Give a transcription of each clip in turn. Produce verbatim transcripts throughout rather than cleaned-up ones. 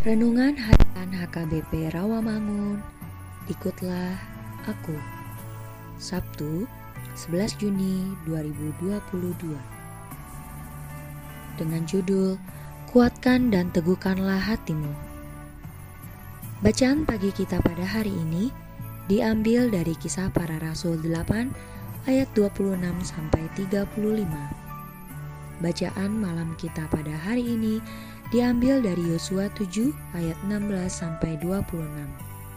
Renungan Harian H K B P Rawamangun. Ikutlah aku. Sabtu, sebelas Juni dua ribu dua puluh dua. Dengan judul Kuatkan dan Teguhkanlah Hatimu. Bacaan pagi kita pada hari ini diambil dari Kisah Para Rasul delapan ayat dua puluh enam sampai tiga puluh lima. Bacaan malam kita pada hari ini diambil dari Yosua tujuh ayat enam belas sampai dua puluh enam.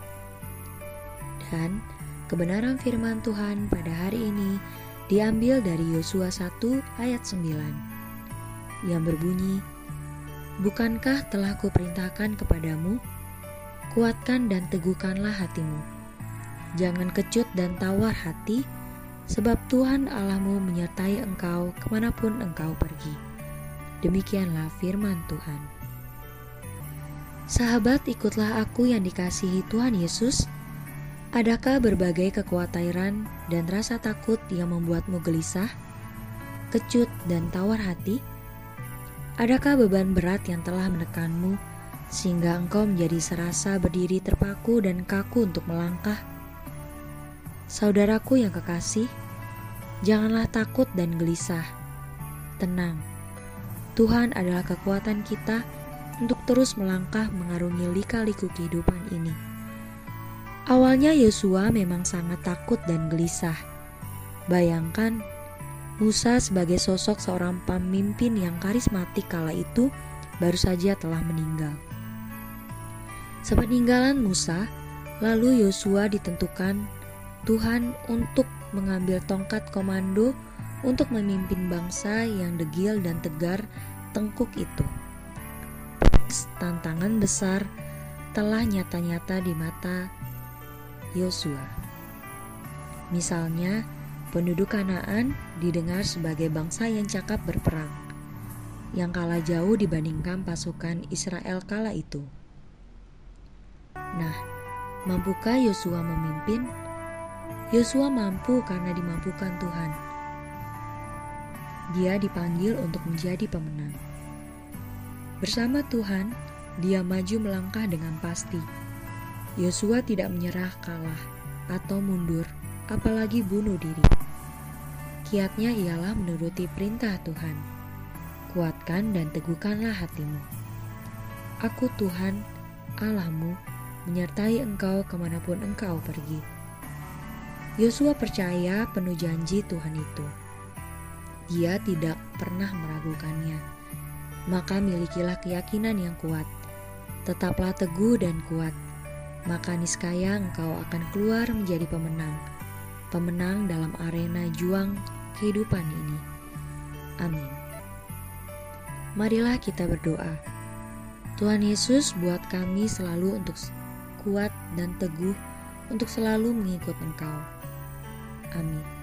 Dan kebenaran firman Tuhan pada hari ini diambil dari Yosua satu ayat sembilan yang berbunyi, "Bukankah telah kuperintahkan kepadamu, kuatkan dan teguhkanlah hatimu. Jangan kecut dan tawar hati, sebab Tuhan Allahmu menyertai engkau kemanapun engkau pergi." Demikianlah firman Tuhan. Sahabat, ikutlah aku yang dikasihi Tuhan Yesus. Adakah berbagai kekhawatiran dan rasa takut yang membuatmu gelisah, kecut dan tawar hati? Adakah beban berat yang telah menekanmu sehingga engkau menjadi serasa berdiri terpaku dan kaku untuk melangkah? Saudaraku yang kekasih, janganlah takut dan gelisah. Tenang. Tuhan adalah kekuatan kita untuk terus melangkah mengarungi lika-liku kehidupan ini. Awalnya Yosua memang sangat takut dan gelisah. Bayangkan, Musa sebagai sosok seorang pemimpin yang karismatik kala itu baru saja telah meninggal. Sepeninggalan Musa, lalu Yosua ditentukan Tuhan untuk mengambil tongkat komando untuk memimpin bangsa yang degil dan tegar tengkuk itu. Tantangan besar telah nyata-nyata di mata Yosua. Misalnya, penduduk Kanaan didengar sebagai bangsa yang cakap berperang, yang kalah jauh dibandingkan pasukan Israel kala itu. Nah, mampukah Yosua memimpin? Yosua mampu karena dimampukan Tuhan. Dia dipanggil untuk menjadi pemenang. Bersama Tuhan, dia maju melangkah dengan pasti. Yosua tidak menyerah kalah atau mundur, apalagi bunuh diri. Kiatnya ialah menuruti perintah Tuhan. Kuatkan dan teguhkanlah hatimu. Aku Tuhan, Allahmu, menyertai engkau kemanapun engkau pergi. Yosua percaya penuh janji Tuhan itu. Dia tidak pernah meragukannya. Maka milikilah keyakinan yang kuat. Tetaplah teguh dan kuat. Maka niscaya engkau akan keluar menjadi pemenang. Pemenang dalam arena juang kehidupan ini. Amin. Marilah kita berdoa. Tuhan Yesus, buat kami selalu untuk kuat dan teguh untuk selalu mengikut Engkau. Amin.